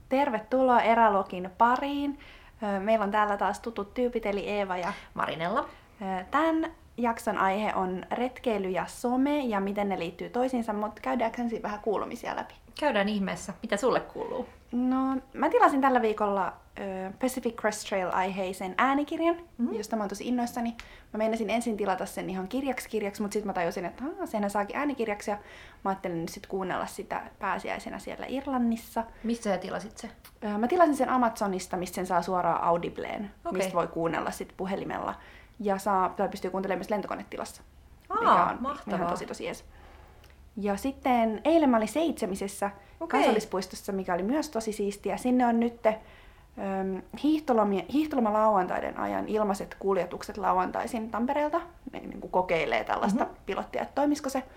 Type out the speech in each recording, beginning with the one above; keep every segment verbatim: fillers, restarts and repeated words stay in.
Tervetuloa Erälogin pariin. Meillä on täällä taas tutut tyypit eli Eeva ja Marinella. Tämän jakson aihe on retkeily ja some ja miten ne liittyy toisiinsa, mutta käydäänkö ensin vähän kuulumisia läpi? Käydään ihmeessä. Mitä sulle kuuluu? No, mä tilasin tällä viikolla Pacific Crest Trail-aiheisen äänikirjan, mm-hmm. josta mä oon tosi innoissani. Mä meinasin ensin tilata sen ihan kirjaksi kirjaksi, mutta sitten mä tajusin, että senhän saakin äänikirjaksi ja mä ajattelin nyt sit kuunnella sitä pääsiäisenä siellä Irlannissa. Mistä sä tilasit se? Mä tilasin sen Amazonista, mistä sen saa suoraan Audibleen, okay. mistä voi kuunnella sit puhelimella. Ja saa, tai pystyy kuuntelemaan myös lentokonetilassa, Aa, mikä on mahtavaa. ihan tosi tosi ees. Ja sitten eilen mä olin Seitsemisessä okay. kansallispuistossa, mikä oli myös tosi siistiä. Sinne on nyt ähm, hiihtoloma-lauantaiden ajan ilmaiset kuljetukset lauantaisin Tampereelta. Ne niin kuin kokeilee tällaista mm-hmm. pilottia, että toimisiko se.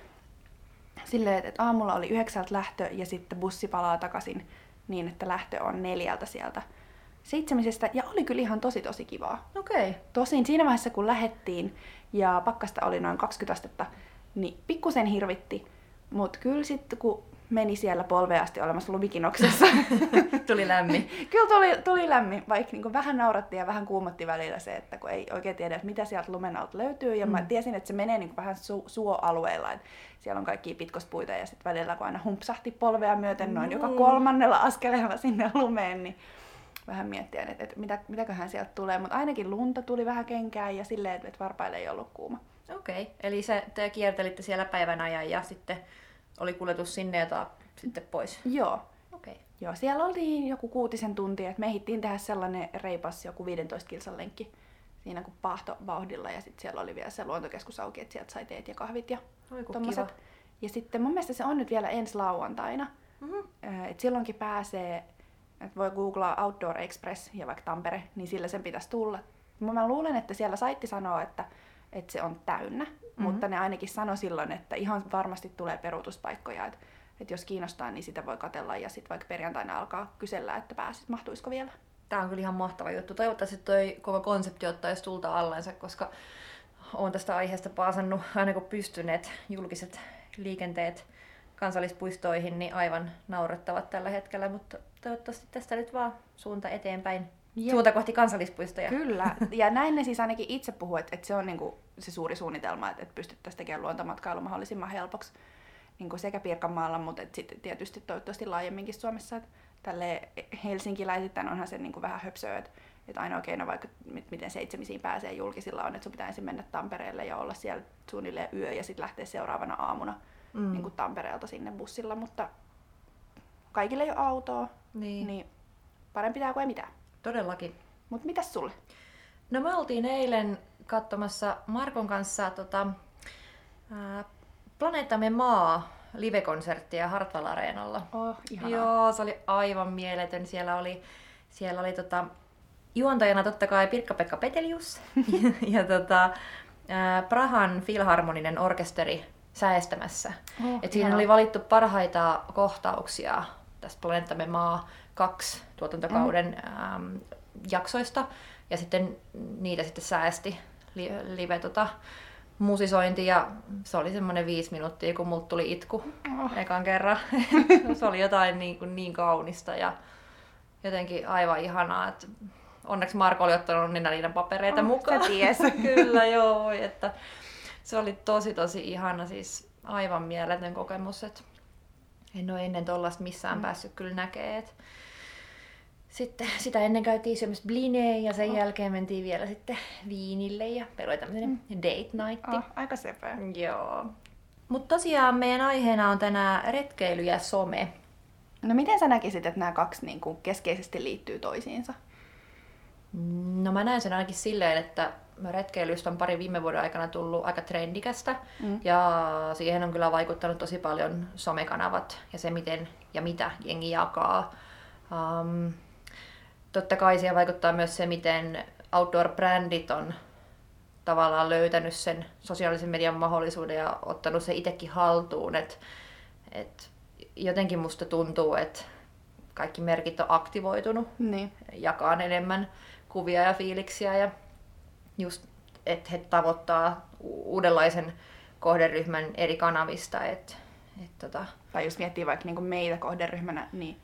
Silleen, että aamulla oli yhdeksältä lähtö ja sitten bussi palaa takaisin niin, että lähtö on neljältä sieltä Seitsemisestä. Ja oli kyllä ihan tosi tosi kivaa. Okei. Okay. Tosin siinä vaiheessa kun lähettiin ja pakkasta oli noin kaksikymmentä astetta, niin pikkusen hirvitti. Mutta kyllä sitten kun meni siellä polveen asti olemassa lumikinoksessa. Tuli lämmin. Kyllä tuli, tuli lämmin, vaikka niin vähän nauratti ja vähän kuumotti välillä se, että kun ei oikein tiedä, että mitä sieltä lumen alta löytyy. Ja mm. mä tiesin, että se menee niin vähän su- suoalueella, että siellä on kaikkia pitkospuita ja sitten välillä kun aina humpsahti polvea myöten noin mm. joka kolmannella askeleella sinne lumeen, niin vähän miettiä, että, että mitä, mitäköhän sieltä tulee. Mutta ainakin lunta tuli vähän kenkään ja silleen, että varpaille ei ollut kuuma. Okei, okay. Eli se, te kiertelitte siellä päivän ajan ja sitten oli kuljetus sinne ja taas sitten pois? Joo. Okay. Joo, siellä oltiin joku kuutisen tuntia, että me ehdittiin tehdä sellainen reipas joku viisitoista kilsan lenkki siinä kun paahto vauhdilla ja sitten siellä oli vielä se luontokeskus auki, että sieltä sai teet ja kahvit ja tommoset. Ja sitten mun mielestä se on nyt vielä ensi lauantaina, mm-hmm. että silloinkin pääsee, että voi googlaa Outdoor Express ja vaikka Tampere, niin sillä sen pitäisi tulla. Mä luulen, että siellä saitti sanoo, että että se on täynnä, mm-hmm. mutta ne ainakin sanoi silloin, että ihan varmasti tulee peruutuspaikkoja, että, että jos kiinnostaa, niin sitä voi katsella ja sitten vaikka perjantaina alkaa kysellä, että pääsit, mahtuisiko vielä. Tämä on kyllä ihan mahtava juttu. Toivottavasti toi koko konsepti ottaisi tulta allensa, koska olen tästä aiheesta paasannut aina kun pystyneet julkiset liikenteet kansallispuistoihin, niin aivan naurettavat tällä hetkellä, mutta toivottavasti tästä nyt vaan suunta eteenpäin. Jep. Suunta kohti kansallispuistoja. Kyllä, ja näin ne siis ainakin itse puhuu, että, että se on niinku se suuri suunnitelma, että, että pystyttäisiin tekemään luontomatkailu mahdollisimman helpoksi niinku sekä Pirkanmaalla, mutta sitten tietysti toivottavasti laajemminkin Suomessa. Että tälleen helsinkiläisittäin onhan se niinku vähän höpsöä, että, että ainoa keino vaikka miten Seitsemisiin pääsee julkisilla on, että sun pitää ensin mennä Tampereelle ja olla siellä suunnilleen yö ja sitten lähteä seuraavana aamuna mm. niinku Tampereelta sinne bussilla, mutta kaikille ei ole autoa, niin, niin parempi tää kuin ei mitään. Todellakin. Mut mitäs sulle? No me oltiin eilen katsomassa Markon kanssa tota, ää, Planeettamme Maa live-konserttia Hartwall Areenalla. Oh, ihanaa. Joo, se oli aivan mieletön. Siellä oli, siellä oli tota, juontajana totta kai Pirkka-Pekka Petelius ja tota, ää, Prahan Filharmoninen orkesteri säestämässä. Oh, Et siinä oli valittu parhaita kohtauksia tästä Planeettamme Maa kaksi tuotantokauden mm. ähm, jaksoista ja sitten niitä sitten säästi li- live tota, musisointi ja se oli semmoinen viisi minuuttia kun multa tuli itku oh. ekan kerran. Se oli jotain niin, kuin niin kaunista ja jotenkin aivan ihanaa, että onneksi Marko oli ottanut niitä papereita oh, mukaan. Se ties. Kyllä joo, että se oli tosi tosi ihana, siis aivan mieletön kokemus, että en ole ennen tollaista missään mm. päässyt kyllä näkemään. Sitten sitä ennen käytiin syömässä blineen ja sen oh. jälkeen mentiin vielä sitten viinille ja meillä oli tämmöinen mm. date night. Oh, aika sepä. Joo. Mutta tosiaan meidän aiheena on tänään retkeily ja some. No miten sä näkisit, että nämä kaksi niin kuin keskeisesti liittyy toisiinsa? No mä näen sen ainakin silleen, että retkeilystä on pari viime vuoden aikana tullut aika trendikästä mm. ja siihen on kyllä vaikuttanut tosi paljon somekanavat ja se miten ja mitä jengi jakaa. Um, totta kai siihen vaikuttaa myös se, miten outdoor-brändit on tavallaan löytänyt sen sosiaalisen median mahdollisuuden ja ottanut se itsekin haltuun. Et, et jotenkin musta tuntuu, että kaikki merkit on aktivoitunut, niin. jakaa enemmän kuvia ja fiiliksiä ja just, että he tavoittaa uudenlaisen kohderyhmän eri kanavista. Et, et tota... Tai jos miettii vaikka niinku meitä kohderyhmänä, niin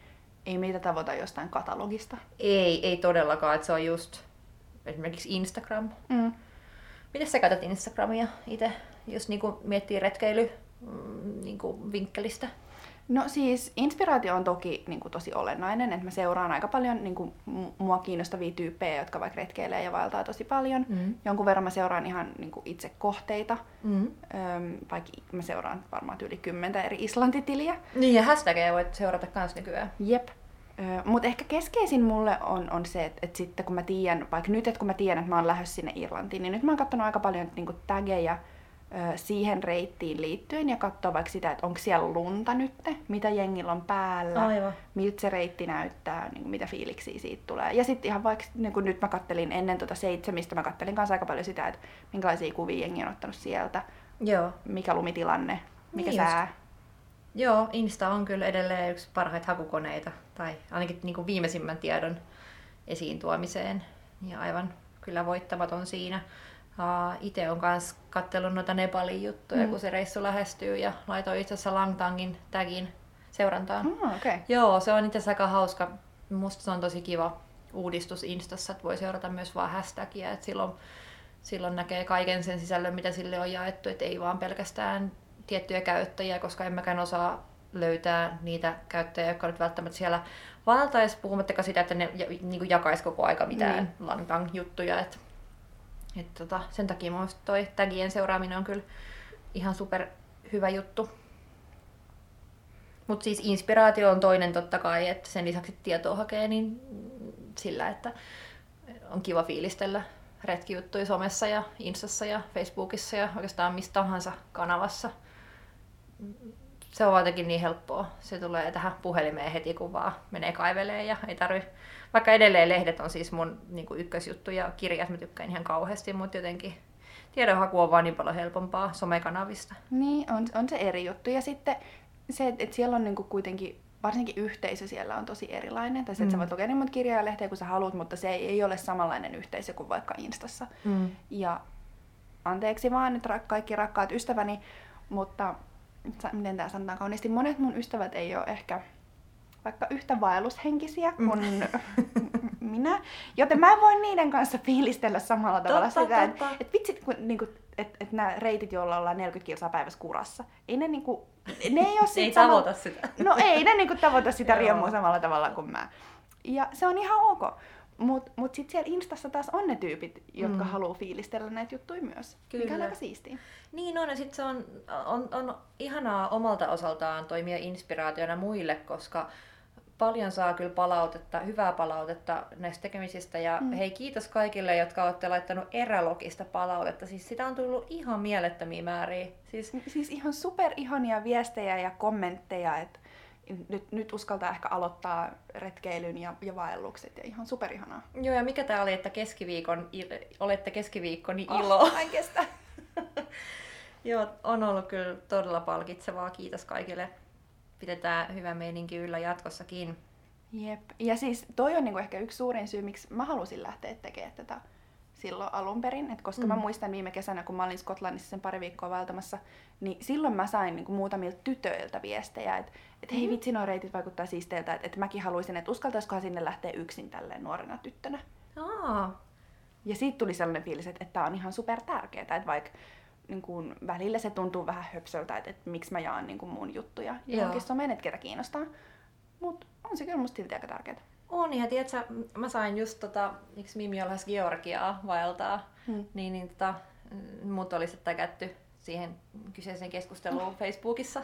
ei meitä tavoita jostain katalogista. Ei, ei todellakaan, että se on just esimerkiksi Instagram. Mm. Miten sä käytät Instagramia itse, jos niinku miettii retkeily niinku vinkkelistä? No siis inspiraatio on toki niin kuin, tosi olennainen, että mä seuraan aika paljon niin kuin, mua kiinnostavia tyyppejä, jotka vaikka retkeilee ja vaeltaa tosi paljon. Mm. Jonkun verran mä seuraan ihan niin kuin, itse kohteita, mm. Öm, vaikka mä seuraan varmaan yli kymmentä eri Islanti-tiliä. Niin ja hashtageja voit seurata kans nykyään. Jep. Mutta ehkä keskeisin mulle on, on se, että et sitten kun mä tiedän, vaikka nyt, että kun mä tiedän, että mä oon lähdössä sinne Irlantiin, niin nyt mä oon katsonut aika paljon niin kuin, tageja siihen reittiin liittyen ja katsoa vaikka sitä, että onko siellä lunta nyt, mitä jengillä on päällä, Aivan. miltä se reitti näyttää, niin mitä fiiliksiä siitä tulee. Ja sitten ihan vaikka, niin kun nyt mä kattelin ennen tuota seitsemistä, mä kattelin kanssa aika paljon sitä, että minkälaisia kuvia jengi on ottanut sieltä, Joo. mikä lumitilanne, mikä niin sää. Just. Joo, Insta on kyllä edelleen yksi parhaita hakukoneita, tai ainakin niin kuin viimeisimmän tiedon esiin tuomiseen, ja aivan kyllä voittamaton siinä. Uh, Itse olen myös katsellut noita Nepalin juttuja, mm. kun se reissu lähestyy, ja laitoin itse asiassa Langtangin tagin seurantaan. Mm, okay. Joo, se on itse asiassa aika hauska. Musta se on tosi kiva uudistus Instassa, että voi seurata myös vaan hashtagia, että silloin, silloin näkee kaiken sen sisällön, mitä sille on jaettu, että ei vaan pelkästään tiettyjä käyttäjiä, koska en mäkään osaa löytää niitä käyttäjiä, jotka nyt välttämättä siellä vaeltaisi, puhumattakaan sitä, että ne niin jakaisi koko aika mitään mm. Langtang-juttuja. Että Et tota, sen takia minusta toi tagien seuraaminen on kyllä ihan super hyvä juttu. Mutta siis inspiraatio on toinen totta kai, että sen lisäksi että tietoa hakee niin sillä, että on kiva fiilistellä retkijuttuja somessa ja Instassa ja Facebookissa ja oikeastaan mistä tahansa kanavassa. Se on jotenkin niin helppoa. Se tulee tähän puhelimeen heti, kun vaan menee kaivelee ja ei tarvi. Vaikka edelleen lehdet on siis mun niin kuin ykkösjuttu ja kirjat mä tykkään ihan kauheasti, mutta jotenkin tiedonhaku on vaan niin paljon helpompaa somekanavista. Niin, on, on se eri juttu. Ja sitten se, että et siellä on niinku kuitenkin, varsinkin yhteisö siellä on tosi erilainen. Tai se, että mm. sä voit lukea niin monta kirjaa ja lehteä kuin sä haluat, mutta se ei, ei ole samanlainen yhteisö kuin vaikka Instassa. Mm. Ja anteeksi vaan nyt rak- kaikki rakkaat ystäväni, mutta miten tää sanotaan kauniisti, monet mun ystävät ei ole ehkä vaikka yhtä vaellushenkisiä kuin mm. minä, joten mä voin niiden kanssa fiilistellä samalla tavalla totta, sitä, totta. että et vitsit, kun, niinku, että et nämä reitit, joilla ollaan neljäkymmentä kilsaa päivässä kurassa, ei ne niinku, ne ei ole ei sama... tavoita sitä. No ei ne niinku tavoita sitä riemua samalla tavalla kuin mä. Ja se on ihan ok. Mut, mut sit siellä Instassa taas on ne tyypit, jotka mm. haluaa fiilistellä näitä juttuja myös. Kyllä. Mikä on aika siistiä. Niin on, ja sit se on, on, on ihanaa omalta osaltaan toimia inspiraationa muille, koska paljon saa kyllä palautetta, hyvää palautetta näistä tekemisistä. Ja mm. hei, kiitos kaikille, jotka olette laittanut erälogista palautetta. Siis sitä on tullut ihan mielettömiä määriä. Siis, siis ihan super ihania viestejä ja kommentteja, että Nyt, nyt uskaltaa ehkä aloittaa retkeilyn ja, ja vaellukset ja ihan superihanaa. Joo, ja mikä tää oli, että keskiviikon, olette keskiviikkoni ilo. Oh, en kestä. Joo, on ollut kyllä todella palkitsevaa. Kiitos kaikille. Pidetään hyvä meininki yllä jatkossakin. Jep. Ja siis toi on niinku ehkä yksi suurin syy, miksi mä halusin lähteä tekemään tätä silloin alun perin. Et koska mm. mä muistan viime kesänä, kun mä olin Skotlannissa sen pari viikkoa vaeltamassa, niin silloin mä sain niinku muutamilta tytöiltä viestejä, että et, hei vitsi, nuo reitit vaikuttaa siisteiltä, että et mäkin haluaisin, että uskaltaisikohan sinne lähteä yksin tälleen nuorena tyttönä. Aa. Ja siitä tuli sellainen fiilis, että tää on ihan super tärkeää, että vaikka niin kun välillä se tuntuu vähän höpsöltä, että, että miksi mä jaan niin kun mun juttuja johonkin someen, että ketä kiinnostaa. Mut on se kyllä musta silti aika tärkeää. On, ja tiedätkö, mä sain just tota, yksi Mimi on lähes Georgiaa vaeltaa, hmm. niin, niin tota, mut oli sitten täkätty siihen kyseiseen keskusteluun hmm. Facebookissa.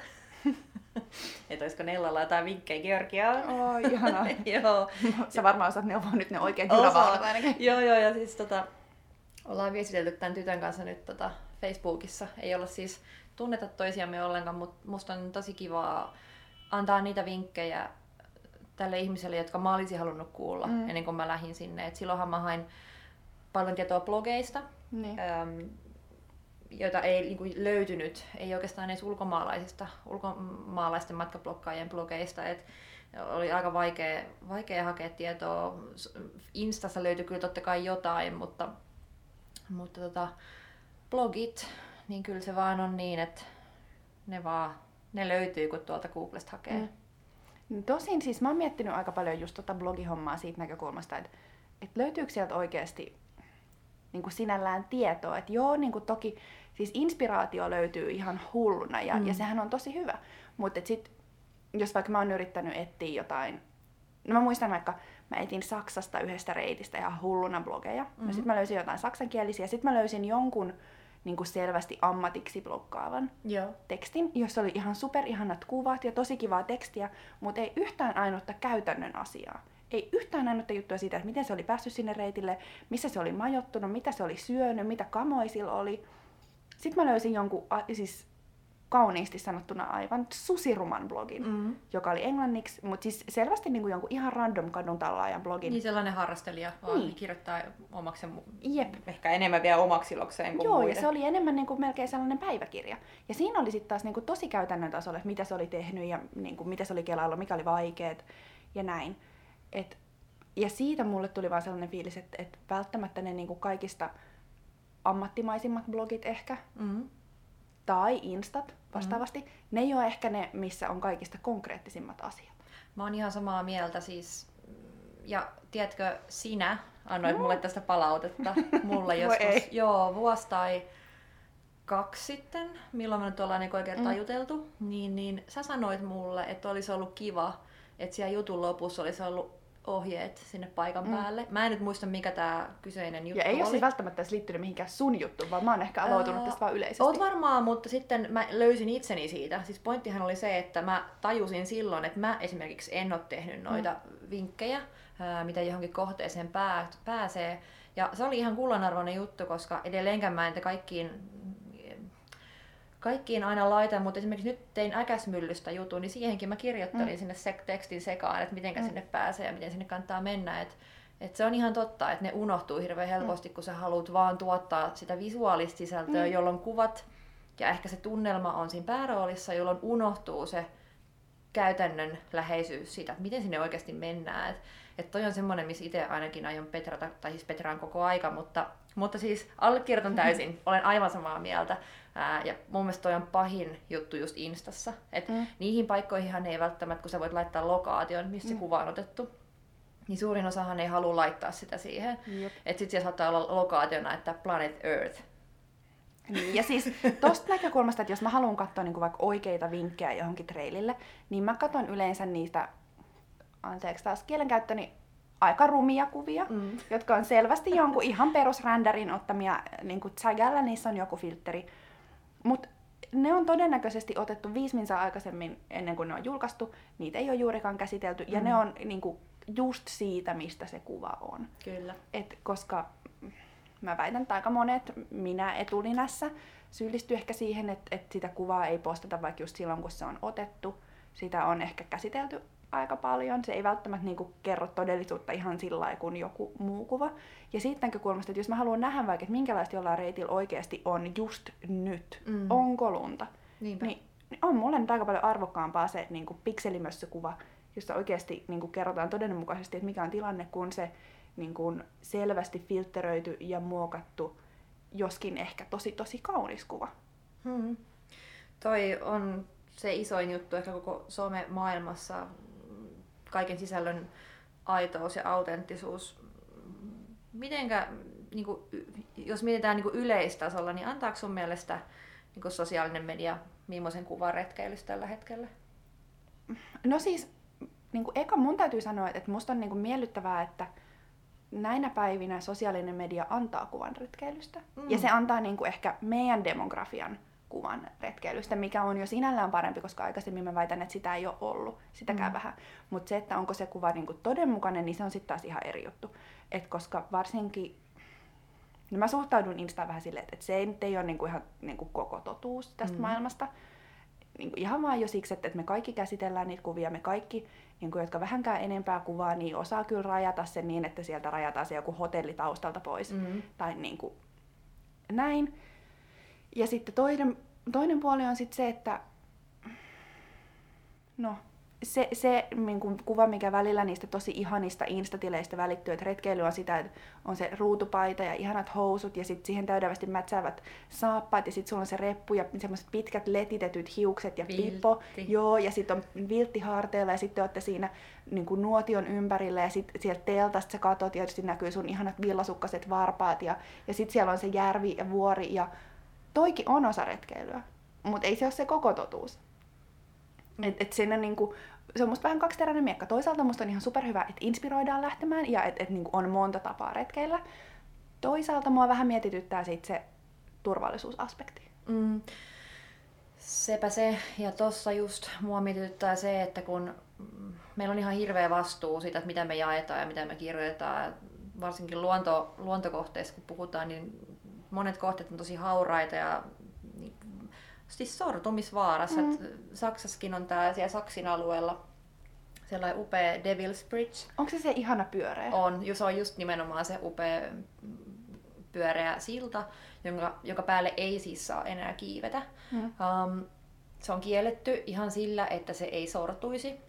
Että olisiko Nellalla jotain vinkkejä Georgiaan. Oh, ihanaa. Joo. Sä varmaan osaat neuvoa nyt ne oikein hyvävaulut ainakin. Joo, joo, ja siis tota, ollaan viestitelty tämän tytön kanssa nyt tota, Facebookissa. Ei olla siis tunneta toisiamme ollenkaan, mutta musta on tosi kivaa antaa niitä vinkkejä tälle ihmiselle, jotka mä olisin halunnut kuulla mm. ennen kuin mä lähdin sinne. Et silloinhan mä hain paljon tietoa blogeista, niin. äm, joita ei niin kuin, löytynyt, ei oikeastaan edes ulkomaalaisista, ulkomaalaisten matkablokkaajien blogeista. Et oli aika vaikea, vaikea hakea tietoa. Instassa löytyi kyllä totta kai jotain, mutta, mutta tota, blogit, niin kyllä se vaan on niin, että ne, vaan, ne löytyy, kun tuolta Googlesta hakee. Mm. Tosin siis mä oon miettinyt aika paljon just tota blogihommaa siitä näkökulmasta, että, että löytyykö sieltä oikeasti niin kuin sinällään tietoa. Että joo, niin kuin toki siis inspiraatio löytyy ihan hulluna ja, mm. ja sehän on tosi hyvä. Mutta sit, jos vaikka mä oon yrittänyt etsiä jotain, no mä muistan vaikka, mä etin Saksasta yhdestä reitistä ihan hulluna blogeja. Mm-hmm. Ja sit mä löysin jotain saksankielisiä. Sit mä löysin jonkun niin kuin selvästi ammatiksi blokkaavan Joo. tekstin, jossa oli ihan superihanat kuvat ja tosi kivaa tekstiä, mutta ei yhtään ainutta käytännön asiaa. Ei yhtään ainutta juttua siitä, että miten se oli päässyt sinne reitille, missä se oli majoittunut, mitä se oli syönyt, mitä kamoja sillä oli. Sitten mä löysin jonkun, siis kauniisti sanottuna aivan susiruman blogin, mm-hmm. joka oli englanniksi, mutta siis selvästi niin kuin jonkun ihan random kadun tallaajan blogin. Niin sellainen harrastelija, vaan niin. kirjoittaa omaksi, Jep. ehkä enemmän vielä omaksi ilokseen kuin Joo, muiden. Ja se oli enemmän niin kuin melkein sellainen päiväkirja. Ja siinä oli sitten taas niin kuin tosi käytännön tasolla, että mitä se oli tehnyt ja niin kuin, mitä se oli kelaillut, mikä oli vaikeet ja näin. Et, ja siitä mulle tuli vaan sellainen fiilis, että, että välttämättä ne niin kuin kaikista ammattimaisimmat blogit ehkä, mm-hmm. tai instat vastaavasti, mm-hmm. ne ei ole ehkä ne, missä on kaikista konkreettisimmat asiat. Mä oon ihan samaa mieltä siis. Ja tiedätkö, sinä annoit no. mulle tästä palautetta. Mulle joskus, joo, vuosi tai kaksi sitten, milloin me nyt ollaan niin oikein mm. tajuteltu, niin, niin sä sanoit mulle, että olisi ollut kiva, että siellä jutun lopussa olisi ollut ohjeet sinne paikan mm. päälle. Mä en nyt muista, mikä tää kyseinen juttu oli. Ja ei oli. ole siis välttämättä edes liittynyt mihinkään sun juttuun, vaan mä oon ehkä aloitunut uh, tästä vaan yleisesti. Oot varmaan, mutta sitten mä löysin itseni siitä. Siis pointtihan oli se, että mä tajusin silloin, että mä esimerkiksi en ole tehnyt noita mm. vinkkejä, ää, mitä johonkin kohteeseen pää, pääsee. Ja se oli ihan kullanarvoinen juttu, koska edelleenkään mä en kaikkiin Kaikkiin aina laitan, mutta esimerkiksi nyt tein Äkäsmyllystä jutun, niin siihenkin mä kirjoittelin mm. sinne se- tekstin sekaan, että miten mm. sinne pääsee ja miten sinne kannattaa mennä. Et, et se on ihan totta, että ne unohtuu hirveän helposti, mm. kun sä haluat vaan tuottaa sitä visuaalista sisältöä, mm. jolloin kuvat ja ehkä se tunnelma on siinä pääroolissa, jolloin unohtuu se käytännön läheisyys siitä, että miten sinne oikeasti mennään. Et, et toi on semmoinen, missä itse ainakin aion petrata, tai siis petraan koko aika, mutta, mutta siis allekirjoitan täysin, olen aivan samaa mieltä. Ää, ja mun mielestä toi on pahin juttu just Instassa. Et mm. niihin paikkoihinhan ei välttämättä, kun sä voit laittaa lokaation, missä mm. kuva on otettu, niin suurin osahan ei halua laittaa sitä siihen. Että sit siellä saattaa olla lokaationa, että Planet Earth. Niin, ja siis tosta näkökulmasta, että jos mä haluan katsoa niin vaikka oikeita vinkkejä johonkin treilille, niin mä katson yleensä niistä, anteeksi taas kielenkäyttöni, aika rumia kuvia, mm. jotka on selvästi jonkun ihan perusränderin ottamia, niin kuin Zagalla niissä on joku filtteri. Mutta ne on todennäköisesti otettu viisi minsaa aikaisemmin ennen kuin ne on julkaistu, niitä ei ole juurikaan käsitelty, mm. ja ne on niin kuin, just siitä, mistä se kuva on. Kyllä. Et, koska mä väitän, että aika monet, minä etulinässä, syyllistyy ehkä siihen, että, että sitä kuvaa ei postata vaikka just silloin, kun se on otettu. Sitä on ehkä käsitelty aika paljon. Se ei välttämättä niinku kerro todellisuutta ihan sillä lailla kuin joku muu kuva. Ja siitä näkökulmasta, että jos mä haluan nähdä vaikka, että minkälaista jollain reitillä oikeasti on just nyt, mm. onko lunta, niin, niin on mulle nyt aika paljon arvokkaampaa se niinku pikselimössökuva, jossa oikeasti niinku kerrotaan todenmukaisesti, että mikä on tilanne, kun se niinku selvästi filtteröity ja muokattu, joskin ehkä tosi tosi kaunis kuva. Hmm. Toi on se isoin juttu ehkä koko some-maailmassa, kaiken sisällön aitous ja autenttisuus. Mitenkä, niin kuin, jos mietitään niin kuin yleistasolla, niin antaako sun mielestä niin kuin sosiaalinen media millaisen kuvan retkeilystä tällä hetkellä? No siis, niin kuin eka mun täytyy sanoa, että musta on niin kuin miellyttävää, että näinä päivinä sosiaalinen media antaa kuvan retkeilystä. Mm. Ja se antaa niin kuin ehkä meidän demografian kuvan retkeilystä, mikä on jo sinällään parempi, koska aikaisemmin mä väitän, että sitä ei ole ollut, sitäkään mm. vähän. Mutta se, että onko se kuva niinku todenmukainen, niin se on sitten taas ihan eri juttu. Et koska varsinkin, no mä suhtaudun Instaan vähän silleen, että se ei nyt ei ole niinku ihan niinku koko totuus tästä mm. maailmasta. Niinku ihan vaan jo siksi, että me kaikki käsitellään niitä kuvia, me kaikki, niinku, jotka vähänkään enempää kuvaa, niin osaa kyllä rajata sen niin, että sieltä rajataan se joku hotelli taustalta pois. Mm. Tai niinku näin. Ja sitten toinen, toinen puoli on sitten se, että no, se, se niin kuin kuva, mikä välillä niistä tosi ihanista instatileistä välittyy, että retkeily on sitä, että on se ruutupaita ja ihanat housut ja sitten siihen täydellisesti mätsäävät saappaat ja sitten sulla on se reppu ja semmoiset pitkät letitetyt hiukset ja Viltti. pipo. Joo, ja sitten on viltti harteilla ja sitten olette siinä niin kuin nuotion ympärillä ja sitten sieltä teltasta sä katot ja tietysti näkyy sun ihanat villasukkaset varpaat ja, ja sitten siellä on se järvi ja vuori ja toikin on osa retkeilyä, mutta ei se ole se koko totuus. Mm. Et, et siinä niinku, se on musta vähän kaksiteräinen miekka. Toisaalta musta on ihan superhyvä, että inspiroidaan lähtemään ja että et niinku on monta tapaa retkeillä. Toisaalta mua vähän mietityttää sit se turvallisuusaspekti. Mm. Sepä se. Ja tossa just mua mietityttää se, että kun meillä on ihan hirveä vastuu siitä, että mitä me jaetaan ja mitä me kirjoitetaan. Varsinkin luonto, luontokohteissa kun puhutaan, niin monet kohteet on tosi hauraita ja siis sortumisvaarassa. Mm. Saksassakin on tää siellä Saksin alueella sellainen upea Devil's Bridge. Onko se se ihana pyöreä? On, se on just nimenomaan se upea pyöreä silta, jonka, jonka päälle ei siis saa enää kiivetä. Mm. Um, se on kielletty ihan sillä, että se ei sortuisi.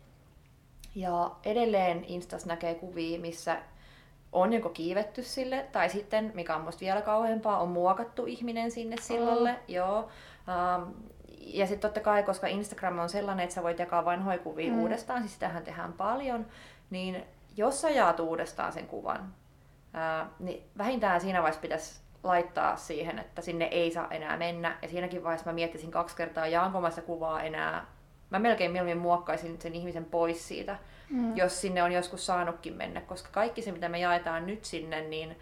Ja edelleen Instas näkee kuvia, missä on joko kiivetty sille, tai sitten, mikä on musta vielä kauheampaa, on muokattu ihminen sinne sillalle. Oh. Joo. Um, ja sitten totta kai, koska Instagram on sellainen, että sä voit jakaa vanhoja kuvia mm. uudestaan, siis sitähän tehdään paljon, niin jos sä jaat uudestaan sen kuvan, ää, niin vähintään siinä vaiheessa pitäisi laittaa siihen, että sinne ei saa enää mennä. Ja siinäkin vaiheessa mä miettisin kaksi kertaa, jaanko mä sitä kuvaa enää. Mä melkein mieluummin muokkaisin sen ihmisen pois siitä, mm. jos sinne on joskus saanutkin mennä, koska kaikki se, mitä me jaetaan nyt sinne, niin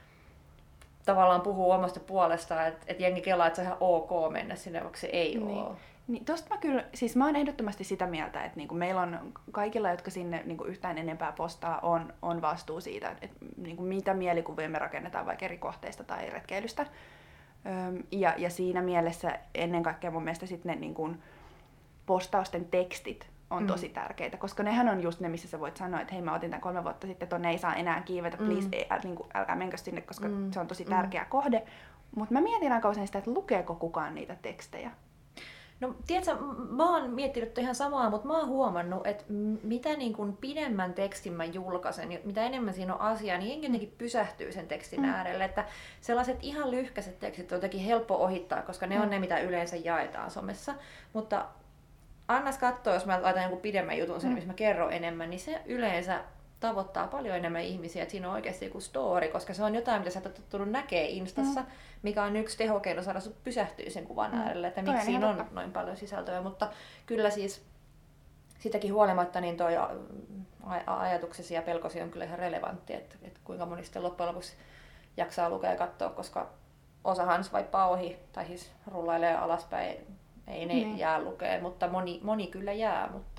tavallaan puhuu omasta puolestaan, että et jengi kelaa, että se on ihan ok mennä sinne, vaikka se ei niin. ole. Niin, tosta mä kyllä, siis mä oon ehdottomasti sitä mieltä, että niinku meillä on kaikilla, jotka sinne niinku yhtään enempää postaa, on, on vastuu siitä, että niinku mitä mielikuvia me rakennetaan vaikka eri kohteista tai retkeilystä. Öm, ja, ja siinä mielessä ennen kaikkea mun mielestä sitten ne niinku postausten tekstit on mm. tosi tärkeitä, koska nehän on just ne, missä sä voit sanoa, että hei, mä otin tämän kolme vuotta sitten, tonne ei saa enää kiivetä, please, mm. ei, äl, niin kuin, älkää menkö sinne, koska mm. se on tosi tärkeä mm. kohde. Mutta mä mietin aika usein sitä, että lukeeko kukaan niitä tekstejä. No tiedätkö, mä oon miettinyt ihan samaa, mutta mä oon huomannut, että mitä niin kuin pidemmän tekstin mä julkaisen, mitä enemmän siinä on asiaa, niin jengi jotenkin pysähtyy sen tekstin mm. äärelle. Että sellaiset ihan lyhkäiset tekstit on jotenkin helppo ohittaa, koska ne mm. on ne, mitä yleensä jaetaan somessa. Mutta annas katsoa, jos mä laitan jonkun pidemmän jutun sen, mm. missä mä kerron enemmän, niin se yleensä tavoittaa paljon enemmän ihmisiä, että siinä on oikeasti joku story, koska se on jotain, mitä sä oot tottunut näkee Instassa, mm. mikä on yksi tehokeino saada sut pysähtyä sen kuvan mm. äärelle, että miksi siinä on noin paljon sisältöä, mutta kyllä siis sitäkin huolimatta niin toi ajatuksesi ja pelkosi on kyllä ihan relevantti, että, että kuinka moni sitten loppujen lopuksi jaksaa lukea ja katsoa, koska osahan swipaa ohi tai siis rullailee alaspäin, ei ne mm. jää lukea, mutta moni, moni kyllä jää, mutta